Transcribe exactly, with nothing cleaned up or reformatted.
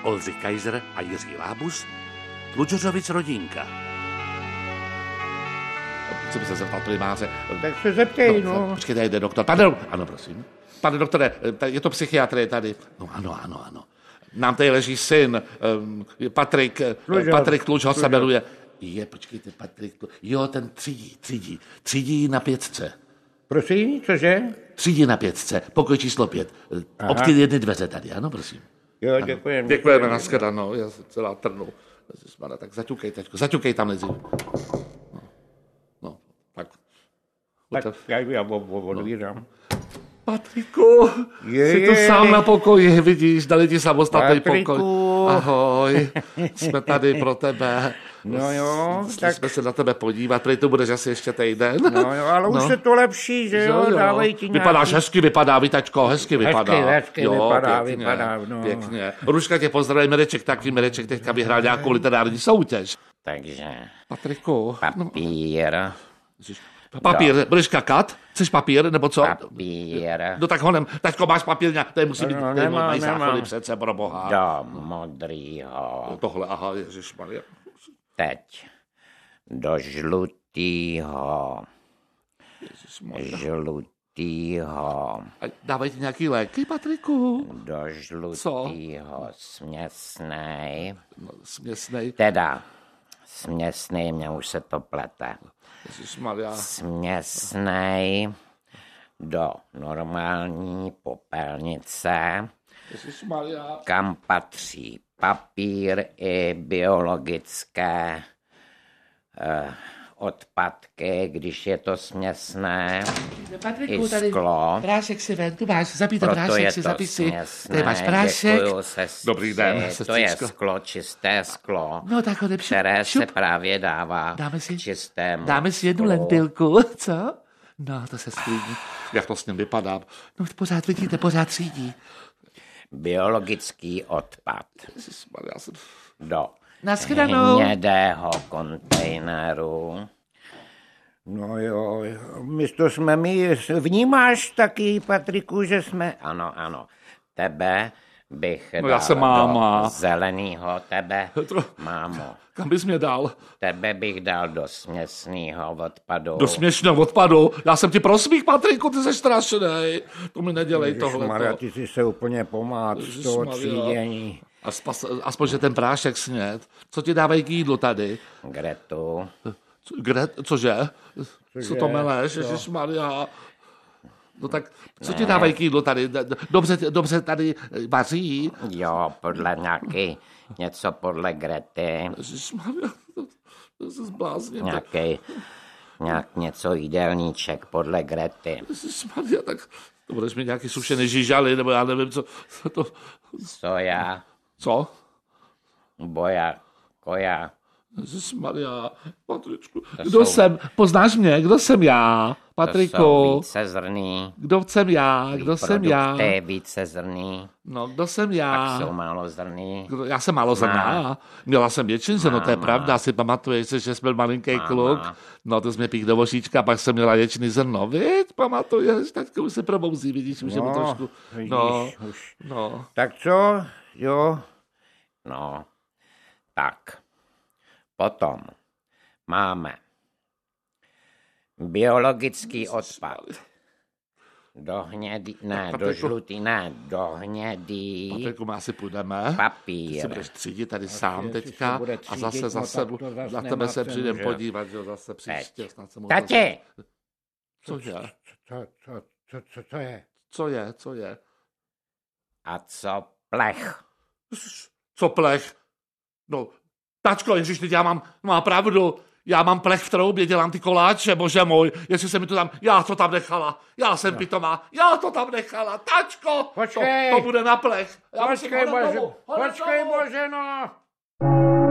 Oldřich Kaiser a Jiří Lábus, Tlučořovic rodinka. Chci by se zeptat primáře. Tak se zeptej, no. no. Počkejte, jde doktor. Pane, ano, prosím. Pane doktore, je to psychiatrie tady. No ano, ano, ano. Nám tady leží syn, Patrik, Tlučo. Patrik Tlučo se jmenuje. Je, počkejte, Patrik Tlučo. Jo, ten třídí, třídí. Třídí na pětce. Prosím, cože? Třídí na pětce, pokoj číslo pět. Obky jedny dveře tady, ano, prosím. Jo, děkujeme. Děkujeme, nashledanou, já jsem celá trnu. Tak zaťukej, teďko, zaťukej tam nejdřív. No, no, tak. Tak já, já odvírám. No. Patriku, je, jsi tu sám na pokoji, vidíš, dali ti samostatný Patriku. pokoj. Ahoj, jsme tady pro tebe. No jo, Chci tak... jsme se na tebe podívat, prý tu budeš asi ještě týden. No jo, ale už no. se to lepší, že jo, jo. Dávají ti nějaký... Vypadáš hezky, vypadá, Vitačko, hezky vypadá. Hezky, hezky jo, vypadá, pěkně, vypadá, no. Pěkně. Ruška tě pozdraví, Mireček taky, Mireček teďka vyhrál nějakou literární soutěž. Takže... Patriku. Papír. No. Papír, no. Budeš kakat? Chceš papír, nebo co? Papír. No tak honem, taťko, máš papír nějak, tady musí být, no, tady nemám, mají záchody nemám. přece, pro boha. Do modrýho. No, tohle, aha, ježišmarja. Teď. Do žlutýho. Ježišmarja. Žlutýho. A dávají ti nějaký léky, Patriku? Do žlutýho směsnej. No, směsnej. Teda, směsnej, mě už se to plete. Ježišmarja. Směsnej do normální popelnice, Ježišmarja. kam patří papír i biologické eh, odpadky, když je to směsné, Patriku, i tady sklo. prášek si ven, tu máš, zapít Proto prášek je si, to zapí si. směsné, Tady máš prášek. děkuju, sestři. Dobrý den, To je sestřičko. sklo, čisté sklo, No tak odepšu. které šup. se právě dává Dáme si- k čistému Dáme si jednu sklu. lentilku, co? No, to se sklidní. Jak to s ním vypadá? No, pořád vidíte, pořád třídí. Biologický odpad Ježišmarja, já jsem... do Nashledanou. hnědého kontejneru. No jo, jo, místo jsme my, vnímáš taky, Patriku, že jsme... Ano, ano. Tebe bych No, dal já jsem máma. do zelenýho, tebe, Petro. mámo. Kam bys mě dal? Tebe bych dal do směsného odpadu. Do směšného odpadu. Já jsem ti prosmích, Patriku, ty jsi strašnej. To mi nedělej tohle. Maria, ty jsi se úplně pomát z toho Ježišmarja. třídění. Aspoň, aspoň, že ten prášek sněd. Co ti dávají k jídlu tady? Gretu. Co, kde, cože? Cože? Co to meleš? Co? Ježišmarja. No tak, co ti dávají k jídlu tady? Dobře, dobře tady vaří? Jo, podle nějaký, něco podle Grety. Ježišmarja, to, to se zblázním. Nějaký, nějak něco jídelníček podle Grety. Ježišmarja, tak to budeš mít nějaký sušený žížaly, nebo já nevím, co co to... Soja, Co? boja, koja. Ježišmarja, Patričku. To Kdo jsou- jsem? Poznáš mě? Kdo jsem já? To jsou Patriku. vícezrný. Kdo jsem já? Kdo jsem já? Produkty vícezrný. No, kdo jsem Pak já? jsou malozrný. Kdo- Já jsem malo zrná. Měla jsem většin zrno, to je pravda. Si pamatuješ, že jsme byl malinký kluk. No, to jsme pík do vošíčka, pak jsem měla většiný zrno. Víš, pamatuješ? Taťka už se probouzí, vidíš, už je mu No, trošku. vidíš, No, už. no. Tak co? Jo, No, tak. Potom máme biologický odpad. Do hnědý, ne, Tak, do Patriku. žlutý, ne, do hnědý. Patriku, my asi půjdeme. Ty Papír. si budeš třídit tady sám jestli teďka se bude a třídit, zase, no zase, tak to zase na nemá tebe se cenu, přijdem že? podívat, že jo, zase příště. snad se mu to- Tati! Co je? co, co, co, co, co je? Co je? Co je? A co plech? Co plech? No, tačko, ježiš, teď já mám, má pravdu. Já mám plech v troubě, dělám ty koláče, bože můj. Jestli se mi to tam, já to tam nechala. Já jsem pitomá, já to tam nechala. Tačko, Počkej. to, to bude na plech. Já musím Počkej, honem Bože, domů, honem počkej, domů. Boženo!